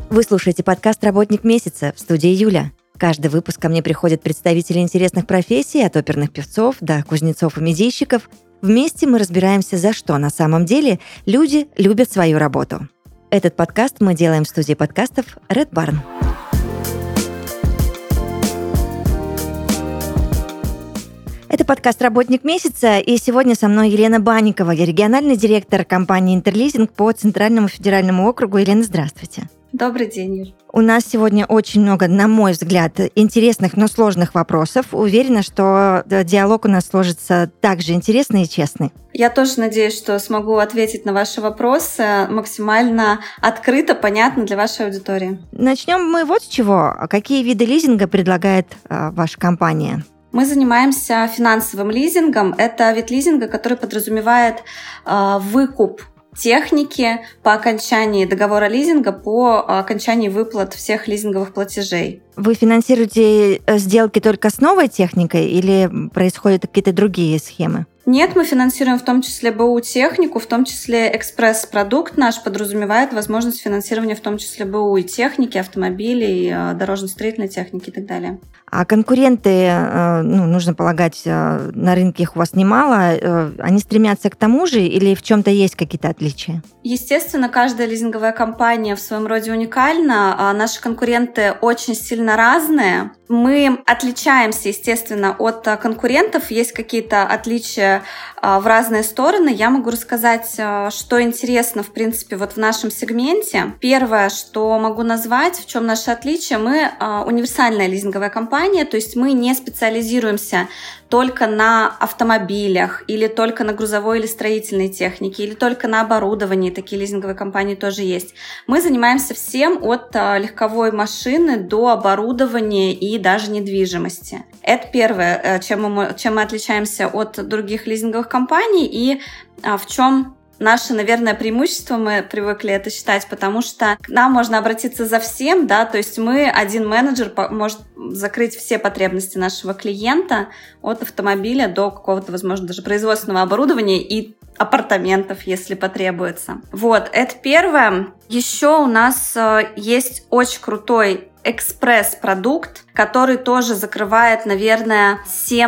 Вы слушаете подкаст «Работник месяца» в студии Юля. Каждый выпуск ко мне приходят представители интересных профессий, от оперных певцов до кузнецов и медийщиков. Вместе мы разбираемся, за что на самом деле люди любят свою работу. Этот подкаст мы делаем в студии подкастов Red Barn. Это подкаст «Работник месяца», и сегодня со мной Елена Банникова, региональный директор компании «Интерлизинг» по Центральному федеральному округу. Елена, здравствуйте. Добрый день, Юль. У нас сегодня очень много, на мой взгляд, интересных, но сложных вопросов. Уверена, что диалог у нас сложится также интересный и честный. Я тоже надеюсь, что смогу ответить на ваши вопросы максимально открыто, понятно для вашей аудитории. Начнем мы вот с чего. Какие виды лизинга предлагает ваша компания? Мы занимаемся финансовым лизингом. Это вид лизинга, который подразумевает выкуп техники по окончании договора лизинга, по окончании выплат всех лизинговых платежей. Вы финансируете сделки только с новой техникой или происходят какие-то другие схемы? Нет, мы финансируем в том числе БУ технику, в том числе экспресс-продукт наш подразумевает возможность финансирования в том числе БУ и техники, автомобилей, дорожно-строительной техники и так далее. А конкуренты, нужно полагать, на рынке их у вас немало, они стремятся к тому же или в чем-то есть какие-то отличия? Естественно, каждая лизинговая компания в своем роде уникальна, наши конкуренты очень сильно разные. Мы отличаемся, естественно, от конкурентов, есть какие-то отличия в разные стороны. Я могу рассказать, что интересно, в принципе, вот в нашем сегменте. Первое, что могу назвать, в чем наше отличие, мы универсальная лизинговая компания, то есть мы не специализируемся только на автомобилях или только на грузовой или строительной технике, или только на оборудовании. Такие лизинговые компании тоже есть. Мы занимаемся всем от легковой машины до оборудования и даже недвижимости. Это первое, чем мы отличаемся от других лизинговых компаний и в чем наше, наверное, преимущество, мы привыкли это считать, потому что к нам можно обратиться за всем, да, то есть один менеджер может закрыть все потребности нашего клиента от автомобиля до какого-то, возможно, даже производственного оборудования и апартаментов, если потребуется. Вот, это первое. Еще у нас есть очень крутой экспресс-продукт, который тоже закрывает, наверное,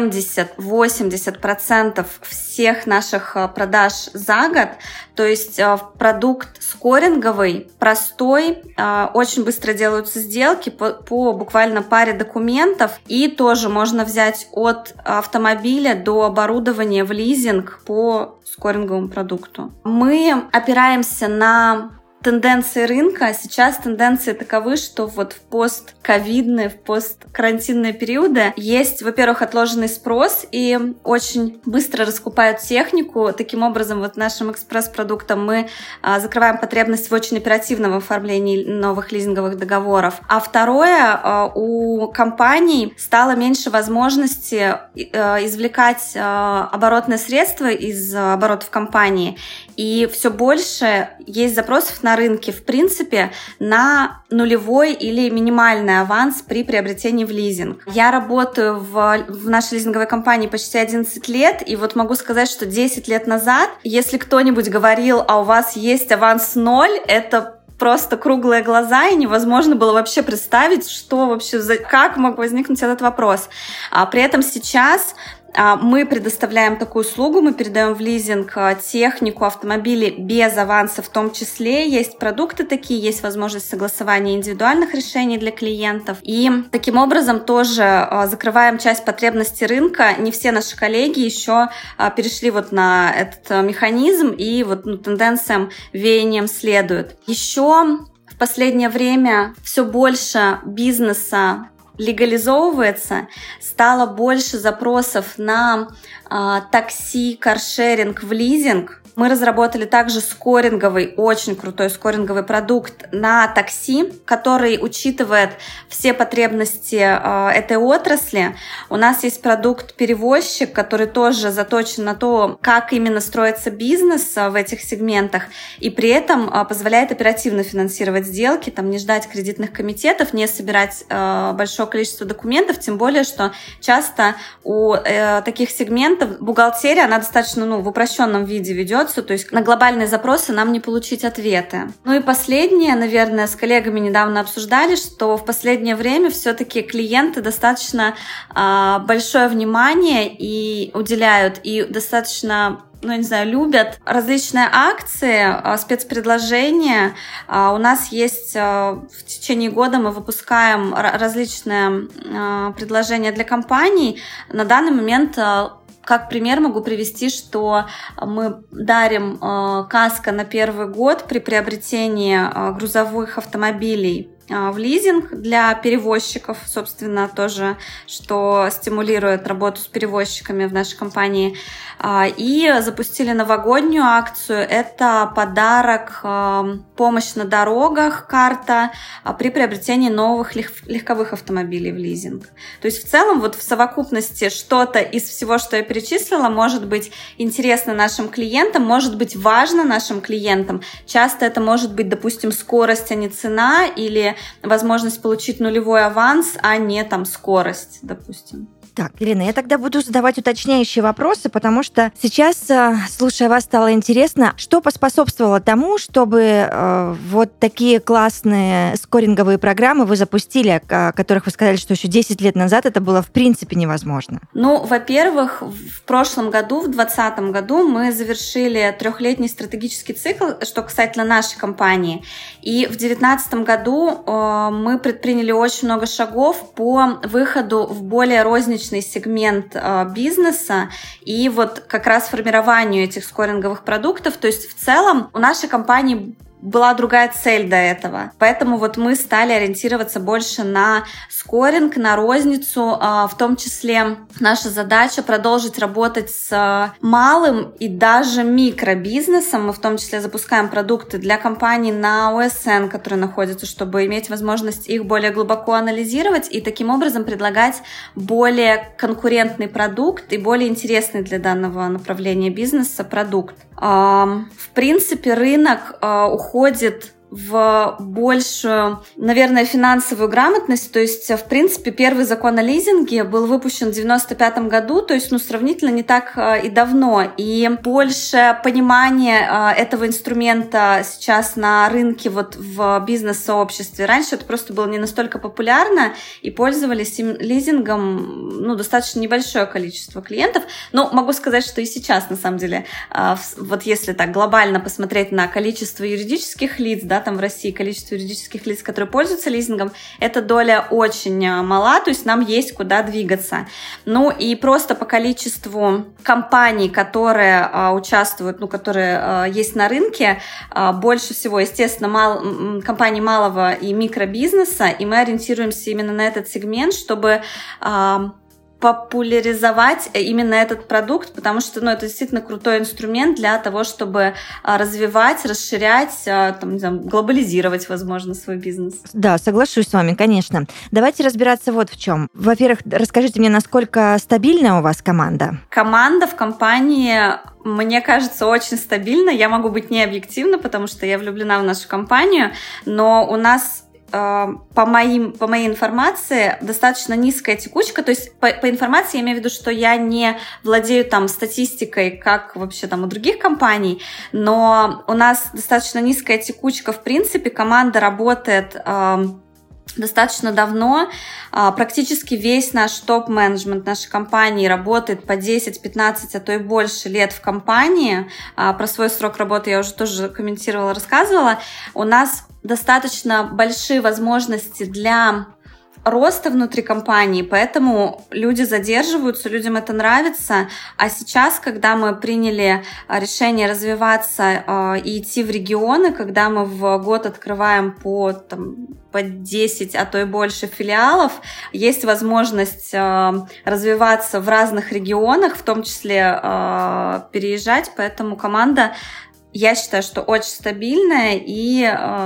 70-80% всех наших продаж за год. То есть продукт скоринговый, простой, очень быстро делаются сделки по буквально паре документов. И тоже можно взять от автомобиля до оборудования в лизинг по скоринговому продукту. Мы опираемся на тенденции рынка. Сейчас тенденции таковы, что вот в постковидные, в посткарантинные периоды есть, во-первых, отложенный спрос и очень быстро раскупают технику. Таким образом, вот нашим экспресс-продуктом мы закрываем потребность в очень оперативном оформлении новых лизинговых договоров. А второе, у компаний стало меньше возможности извлекать оборотные средства из оборотов компании. И все больше есть запросов на рынке, в принципе, на нулевой или минимальный аванс при приобретении в лизинг. Я работаю в нашей лизинговой компании почти 11 лет, и вот могу сказать, что 10 лет назад, если кто-нибудь говорил, а у вас есть аванс 0, это просто круглые глаза, и невозможно было вообще представить, что вообще, как мог возникнуть этот вопрос. А при этом сейчас мы предоставляем такую услугу, мы передаем в лизинг технику, автомобили без аванса в том числе. Есть продукты такие, есть возможность согласования индивидуальных решений для клиентов. И таким образом тоже закрываем часть потребностей рынка. Не все наши коллеги еще перешли вот на этот механизм и вот тенденциям, веяниям следуют. Еще в последнее время все больше бизнеса легализовывается, стало больше запросов на такси, каршеринг в лизинг. Мы разработали также скоринговый, очень крутой скоринговый продукт на такси, который учитывает все потребности этой отрасли. У нас есть продукт-перевозчик, который тоже заточен на то, как именно строится бизнес в этих сегментах, и при этом позволяет оперативно финансировать сделки, там, не ждать кредитных комитетов, не собирать большое количество документов, тем более, что часто у таких сегментов бухгалтерия, она достаточно в упрощенном виде ведет, остается, то есть на глобальные запросы нам не получить ответы. Ну и последнее, наверное, с коллегами недавно обсуждали, что в последнее время все-таки клиенты достаточно большое внимание и уделяют, и достаточно любят различные акции, спецпредложения. У нас есть в течение года мы выпускаем различные предложения для компаний. На данный момент как пример могу привести, что мы дарим каско на первый год при приобретении грузовых автомобилей в лизинг для перевозчиков, собственно, тоже, что стимулирует работу с перевозчиками в нашей компании. И запустили новогоднюю акцию. Это подарок, помощь на дорогах, карта при приобретении новых легковых автомобилей в лизинг. То есть в целом вот в совокупности что-то из всего, что я перечислила, может быть интересно нашим клиентам, может быть важно нашим клиентам. Часто это может быть, допустим, скорость, а не цена, или возможность получить нулевой аванс, а не скорость, допустим. Так, Елена, я тогда буду задавать уточняющие вопросы, потому что сейчас, слушая вас, стало интересно, что поспособствовало тому, чтобы вот такие классные скоринговые программы вы запустили, о которых вы сказали, что еще 10 лет назад это было в принципе невозможно. Во-первых, в прошлом году, в 2020 году мы завершили 3-летний стратегический цикл, что касательно нашей компании. И в 2019 году мы предприняли очень много шагов по выходу в более розничный сегмент бизнеса и вот как раз формированию этих скоринговых продуктов. То есть в целом у нашей компании была другая цель до этого. Поэтому вот мы стали ориентироваться больше на скоринг, на розницу. В том числе наша задача продолжить работать с малым и даже микробизнесом. Мы в том числе запускаем продукты для компаний на ОСН, которые находятся, чтобы иметь возможность их более глубоко анализировать и таким образом предлагать более конкурентный продукт и более интересный для данного направления бизнеса продукт. В принципе, рынок уходит в большую, наверное, финансовую грамотность. То есть, в принципе, первый закон о лизинге был выпущен в 1995 году, то есть, сравнительно не так и давно. И больше понимания этого инструмента сейчас на рынке, вот в бизнес-сообществе. Раньше это просто было не настолько популярно, и пользовались им лизингом достаточно небольшое количество клиентов. Но могу сказать, что и сейчас, на самом деле, вот если так глобально посмотреть на количество юридических лиц, в России количество юридических лиц, которые пользуются лизингом, эта доля очень мала, то есть нам есть куда двигаться. И просто по количеству компаний, которые участвуют, которые есть на рынке, больше всего, естественно, компаний малого и микробизнеса, и мы ориентируемся именно на этот сегмент, чтобы популяризовать именно этот продукт, потому что это действительно крутой инструмент для того, чтобы развивать, расширять, глобализировать, возможно, свой бизнес. Да, соглашусь с вами, конечно. Давайте разбираться вот в чем. Во-первых, расскажите мне, насколько стабильная у вас команда? Команда в компании, мне кажется, очень стабильна. Я могу быть необъективна, потому что я влюблена в нашу компанию, но у нас по моей информации, достаточно низкая текучка. То есть по информации я имею в виду, что я не владею статистикой, как вообще у других компаний, но у нас достаточно низкая текучка. В принципе, команда работает достаточно давно. Практически весь наш топ-менеджмент нашей компании работает по 10, 15, а то и больше лет в компании. Про свой срок работы я уже тоже комментировала, рассказывала. У нас достаточно большие возможности для роста внутри компании, поэтому люди задерживаются, людям это нравится. А сейчас, когда мы приняли решение развиваться и идти в регионы, когда мы в год открываем по 10, а то и больше филиалов, есть возможность развиваться в разных регионах, в том числе переезжать, поэтому команда я считаю, что очень стабильная и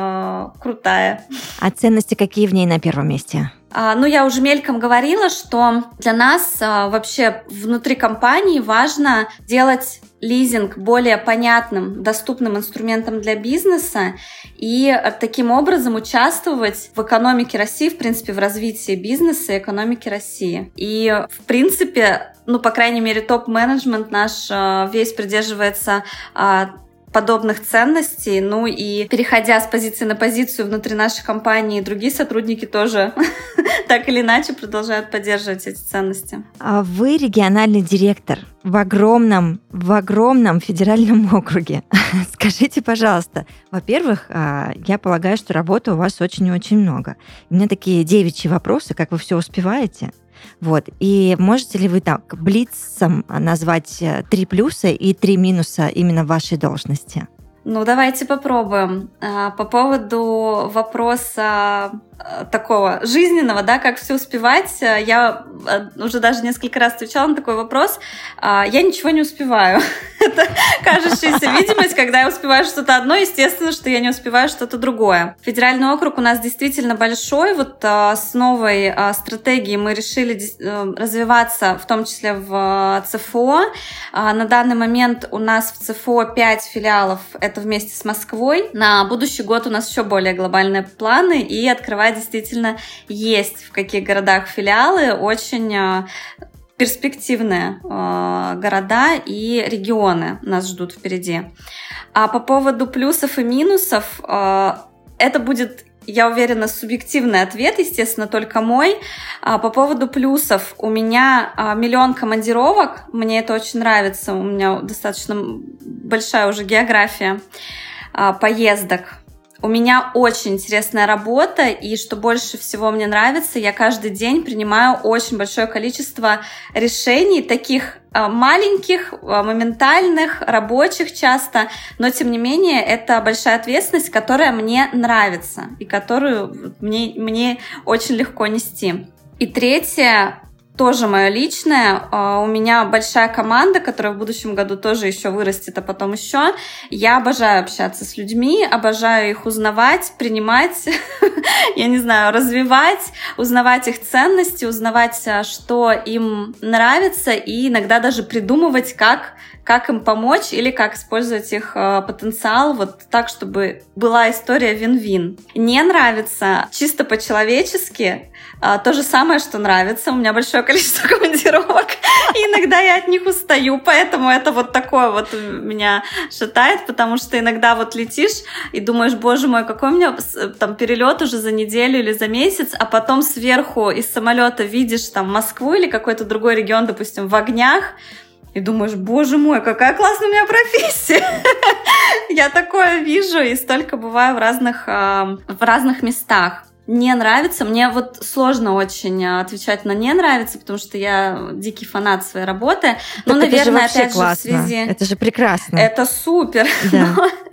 крутая. А ценности какие в ней на первом месте? Я уже мельком говорила, что для нас вообще внутри компании важно делать лизинг более понятным, доступным инструментом для бизнеса и таким образом участвовать в экономике России, в принципе, в развитии бизнеса и экономики России. И, в принципе, по крайней мере, топ-менеджмент наш весь придерживается подобных ценностей, и переходя с позиции на позицию внутри нашей компании, другие сотрудники тоже так или иначе продолжают поддерживать эти ценности. Вы региональный директор в огромном федеральном округе. Скажите, пожалуйста, во-первых, я полагаю, что работы у вас очень и очень много. У меня такие девичьи вопросы, как вы все успеваете? И можете ли вы так блицом назвать 3 плюса и 3 минуса именно в вашей должности? Давайте попробуем. По поводу вопроса такого жизненного, как все успевать, я уже даже несколько раз отвечала на такой вопрос. Я ничего не успеваю. Это кажущаяся видимость, когда я успеваю что-то одно, естественно, что я не успеваю что-то другое. Федеральный округ у нас действительно большой. С новой стратегией мы решили развиваться, в том числе в ЦФО. На данный момент у нас в ЦФО 5 филиалов, это вместе с Москвой. На будущий год у нас еще более глобальные планы, и открывать действительно есть в каких городах филиалы, очень перспективные города и регионы нас ждут впереди. А по поводу плюсов и минусов, это будет, я уверена, субъективный ответ, естественно, только мой. По поводу плюсов, у меня 1 миллион командировок, мне это очень нравится, у меня достаточно большая уже география поездок. У меня очень интересная работа, и что больше всего мне нравится, я каждый день принимаю очень большое количество решений, таких маленьких, моментальных, рабочих часто, но тем не менее это большая ответственность, которая мне нравится и которую мне очень легко нести. И третье, тоже мое личное. У меня большая команда, которая в будущем году тоже еще вырастет, а потом еще. Я обожаю общаться с людьми, обожаю их узнавать, принимать, я не знаю, развивать, узнавать их ценности, узнавать, что им нравится, и иногда даже придумывать, как им помочь или как использовать их потенциал так, чтобы была история вин-вин. Не нравится чисто по-человечески то же самое, что нравится. У меня большое количество командировок, и иногда я от них устаю, поэтому это такое меня шатает, потому что иногда летишь и думаешь, боже мой, какой у меня там перелет уже за неделю или за месяц, а потом сверху из самолета видишь там Москву или какой-то другой регион, допустим, в огнях, и думаешь, боже мой, какая классная у меня профессия. Я такое вижу и столько бываю в разных местах. Не нравится. Мне вот сложно очень отвечать на «не нравится», потому что я дикий фанат своей работы. Ну, наверное, опять же, в связи... Это же прекрасно. Это супер. Да.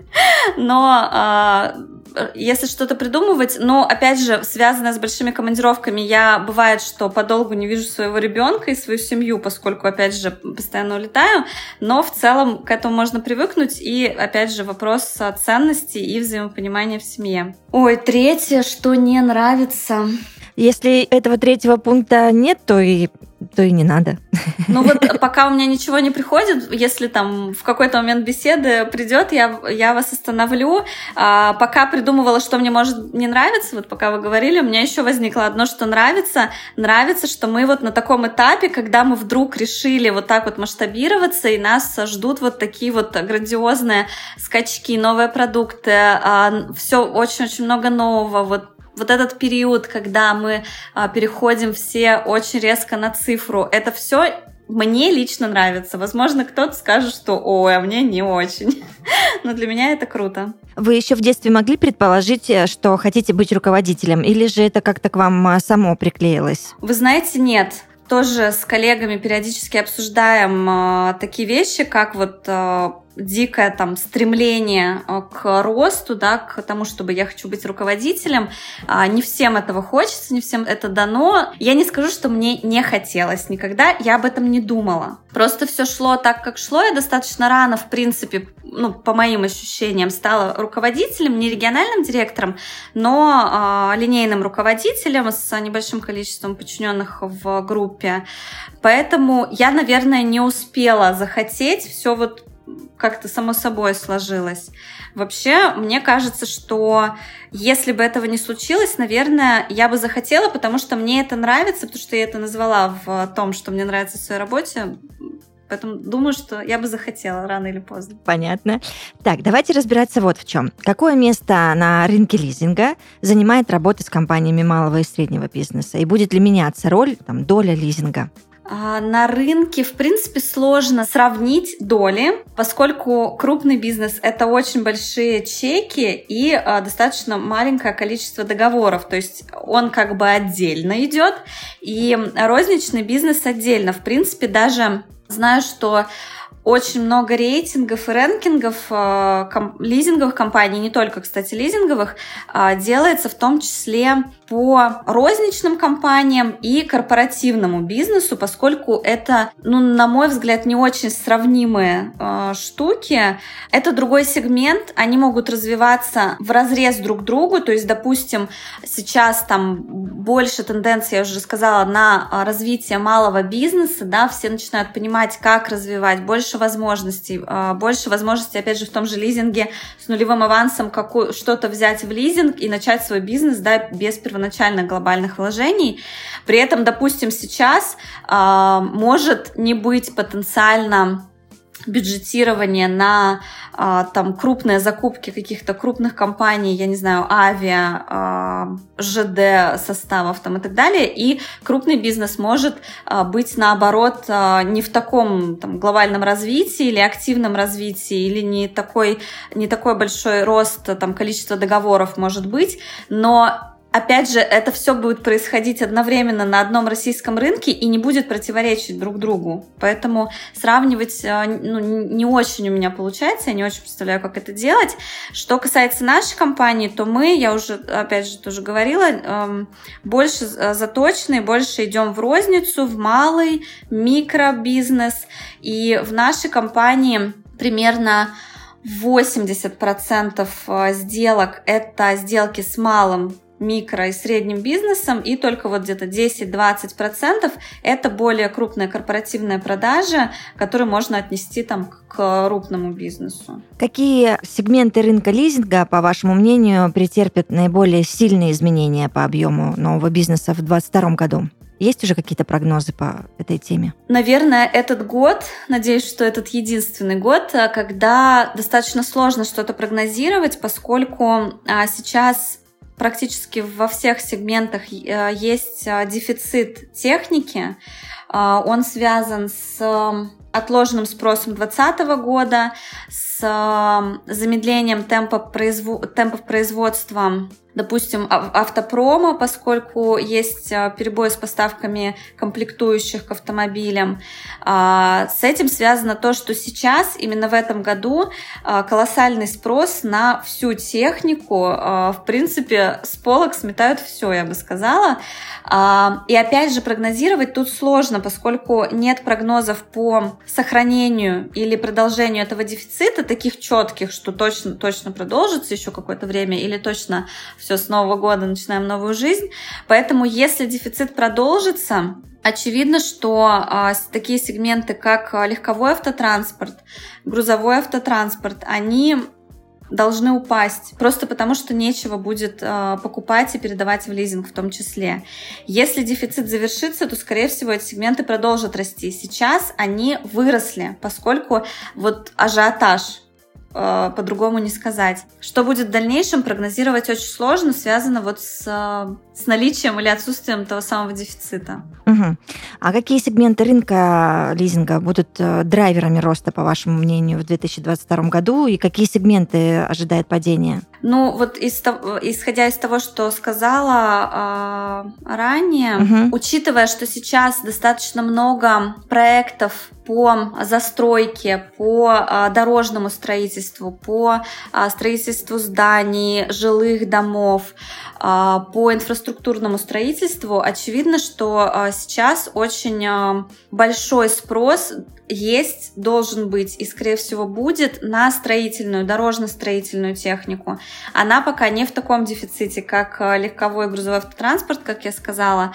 Но если что-то придумывать, опять же, связанное с большими командировками, бывает, что подолгу не вижу своего ребенка и свою семью, поскольку, опять же, постоянно улетаю, но в целом к этому можно привыкнуть, и, опять же, вопрос ценностей и взаимопонимания в семье. Ой, третье, что не нравится... Если этого третьего пункта нет, то и не надо. Пока у меня ничего не приходит, если там в какой-то момент беседы придет, я вас остановлю. Пока придумывала, что мне может не нравиться, пока вы говорили, у меня еще возникло одно, что нравится. Нравится, что мы на таком этапе, когда мы вдруг решили так масштабироваться, и нас ждут такие грандиозные скачки, новые продукты, все очень-очень много нового, этот период, когда мы переходим все очень резко на цифру, это все мне лично нравится. Возможно, кто-то скажет, что «Ой, а мне не очень». Но для меня это круто. Вы еще в детстве могли предположить, что хотите быть руководителем, или же это как-то к вам само приклеилось? Вы знаете, нет. Тоже с коллегами периодически обсуждаем такие вещи, как дикое там стремление к росту, да, к тому, чтобы я хочу быть руководителем. Не всем этого хочется, не всем это дано. Я не скажу, что мне не хотелось никогда, я об этом не думала. Просто все шло так, как шло. Я достаточно рано, в принципе, по моим ощущениям, стала руководителем, не региональным директором, но линейным руководителем с небольшим количеством подчиненных в группе. Поэтому я, наверное, не успела захотеть, все вот как-то само собой сложилось. Вообще, мне кажется, что если бы этого не случилось, наверное, я бы захотела, потому что мне это нравится, потому что я это назвала в том, что мне нравится в своей работе. Поэтому думаю, что я бы захотела рано или поздно. Понятно. Так, давайте разбираться вот в чем. Какое место на рынке лизинга занимает работа с компаниями малого и среднего бизнеса? И будет ли меняться роль, доля лизинга? На рынке, в принципе, сложно сравнить доли, поскольку крупный бизнес – это очень большие чеки и достаточно маленькое количество договоров. То есть он как бы отдельно идет, и розничный бизнес отдельно. В принципе, даже знаю, что очень много рейтингов и рэнкингов лизинговых компаний, не только, кстати, лизинговых, делается в том числе по розничным компаниям и корпоративному бизнесу, поскольку это, на мой взгляд, не очень сравнимые штуки. Это другой сегмент, они могут развиваться вразрез друг к другу, то есть, допустим, сейчас там больше тенденций, я уже сказала, на развитие малого бизнеса, да, все начинают понимать, как развивать, больше возможностей, опять же, в том же лизинге с нулевым авансом что-то взять в лизинг и начать свой бизнес, да, без первоначальных глобальных вложений. При этом, допустим, сейчас может не быть потенциально бюджетирование на крупные закупки каких-то крупных компаний, я не знаю, авиа, ЖД составов и так далее, и крупный бизнес может быть, наоборот, не в таком глобальном развитии или активном развитии, или не такой большой рост количества договоров может быть, но опять же, это все будет происходить одновременно на одном российском рынке и не будет противоречить друг другу. Поэтому сравнивать не очень у меня получается, я не очень представляю, как это делать. Что касается нашей компании, то мы, я уже, опять же, тоже говорила, больше заточены, больше идем в розницу, в малый, микробизнес. И в нашей компании примерно 80% сделок – это сделки с малым, микро и средним бизнесом, и только где-то 10-20% это более крупные корпоративные продажи, которые можно отнести к крупному бизнесу. Какие сегменты рынка лизинга, по вашему мнению, претерпят наиболее сильные изменения по объему нового бизнеса в 2022 году? Есть уже какие-то прогнозы по этой теме? Наверное, этот год, надеюсь, что этот единственный год, когда достаточно сложно что-то прогнозировать, поскольку сейчас практически во всех сегментах есть дефицит техники. Он связан с отложенным спросом 2020 года, с замедлением темпов производства, допустим, автопрома, поскольку есть перебои с поставками комплектующих к автомобилям. С этим связано то, что сейчас, именно в этом году, колоссальный спрос на всю технику. В принципе, с полок сметают все, я бы сказала. И опять же, прогнозировать тут сложно, поскольку нет прогнозов по сохранению или продолжению этого дефицита, таких четких, что точно продолжится еще какое-то время, или точно все, с Нового года начинаем новую жизнь. Поэтому, если дефицит продолжится, очевидно, что такие сегменты, как легковой автотранспорт, грузовой автотранспорт, они должны упасть, просто потому что нечего будет покупать и передавать в лизинг в том числе. Если дефицит завершится, то, скорее всего, эти сегменты продолжат расти. Сейчас они выросли, поскольку ажиотаж, по-другому не сказать. Что будет в дальнейшем, прогнозировать очень сложно, связано с с наличием или отсутствием того самого дефицита. Угу. А какие сегменты рынка лизинга будут драйверами роста, по вашему мнению, в 2022 году, и какие сегменты ожидает падения? Ну, вот исходя из того, что сказала ранее, учитывая, что сейчас достаточно много проектов по застройке, по дорожному строительству, по строительству зданий, жилых домов, по инфраструктурному строительству, очевидно, что сейчас очень большой спрос есть, должен быть и, скорее всего, будет на строительную, дорожно-строительную технику. Она пока не в таком дефиците, как легковой и грузовой автотранспорт, как я сказала.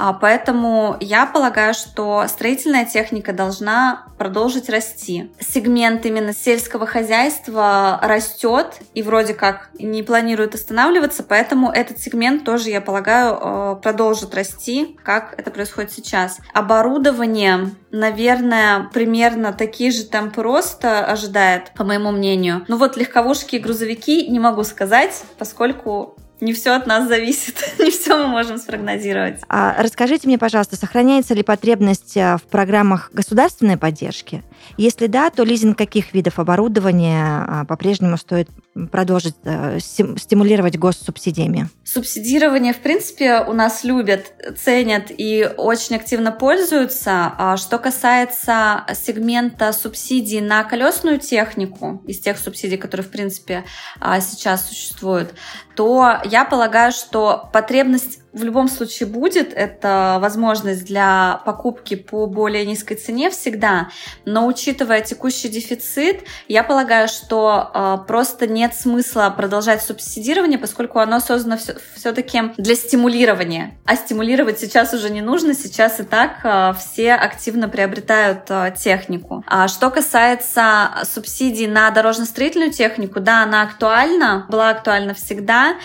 Поэтому я полагаю, что строительная техника должна продолжить расти. Сегмент именно сельского хозяйства растет и вроде как не планирует останавливаться, поэтому этот сегмент тоже, я полагаю, продолжит расти, как это происходит сейчас. Оборудование, наверное, примерно такие же темпы роста ожидает, по моему мнению. Ну вот легковушки и грузовики не могу сказать, поскольку не все от нас зависит, не все мы можем спрогнозировать. Расскажите мне, пожалуйста, сохраняется ли потребность в программах государственной поддержки? Если да, то лизинг каких видов оборудования по-прежнему стоит продолжить стимулировать госсубсидиями? Субсидирование, в принципе, у нас любят, ценят и очень активно пользуются. Что касается сегмента субсидий на колесную технику, из тех субсидий, которые, в принципе, сейчас существуют, то я полагаю, что потребность в любом случае будет. Это возможность для покупки по более низкой цене всегда. Но учитывая текущий дефицит, я полагаю, что просто нет смысла продолжать субсидирование, поскольку оно создано все-таки для стимулирования. А стимулировать сейчас уже не нужно. Сейчас и так все активно приобретают технику. Что касается субсидий на дорожно-строительную технику, да, она актуальна, была актуальна всегда.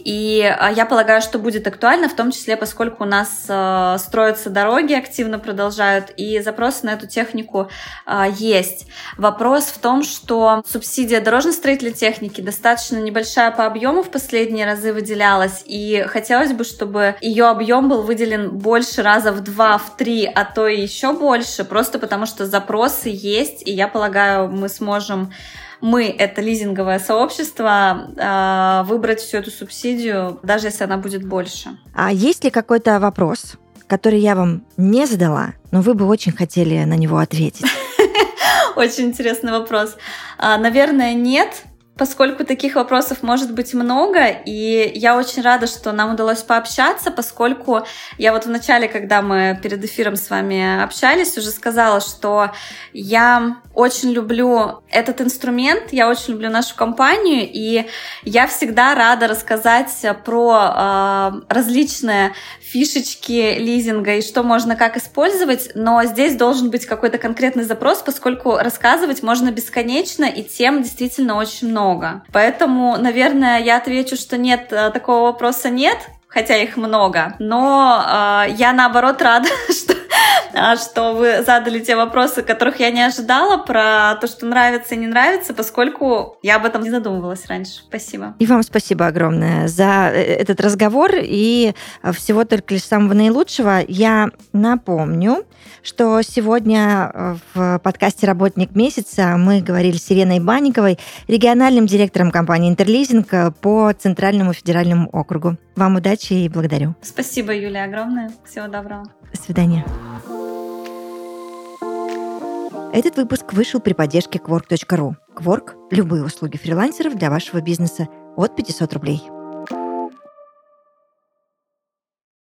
И я полагаю, что будет актуально, в том числе, поскольку у нас строятся дороги, активно продолжают, и запросы на эту технику есть. Вопрос в том, что субсидия дорожно-строительной техники достаточно небольшая по объему, в последние разы выделялась, и хотелось бы, чтобы ее объем был выделен больше, раза в 2, в 3, а то и еще больше, просто потому что запросы есть, и я полагаю, мы сможем... это лизинговое сообщество, выбрать всю эту субсидию, даже если она будет больше. А есть ли какой-то вопрос, который я вам не задала, но вы бы очень хотели на него ответить? Очень интересный вопрос. Наверное, нет. Поскольку таких вопросов может быть много, и я очень рада, что нам удалось пообщаться, поскольку я вот в начале, когда мы перед эфиром с вами общались, уже сказала, что я очень люблю этот инструмент, я очень люблю нашу компанию, и я всегда рада рассказать про различные фишечки лизинга и что можно как использовать, но здесь должен быть какой-то конкретный запрос, поскольку рассказывать можно бесконечно, и тем действительно очень много. Поэтому, наверное, я отвечу, что нет, такого вопроса нет, хотя их много, но я наоборот рада, что вы задали те вопросы, которых я не ожидала, про то, что нравится и не нравится, поскольку я об этом не задумывалась раньше. Спасибо. И вам спасибо огромное за этот разговор, и всего только лишь самого наилучшего. Я напомню, что сегодня в подкасте «Работник месяца» мы говорили с Ириной Банниковой, региональным директором компании «Интерлизинг» по Центральному федеральному округу. Вам удачи и благодарю. Спасибо, Юлия, огромное. Всего доброго. До свидания. Этот выпуск вышел при поддержке Quark.ru. Quark – любые услуги фрилансеров для вашего бизнеса от 500 рублей.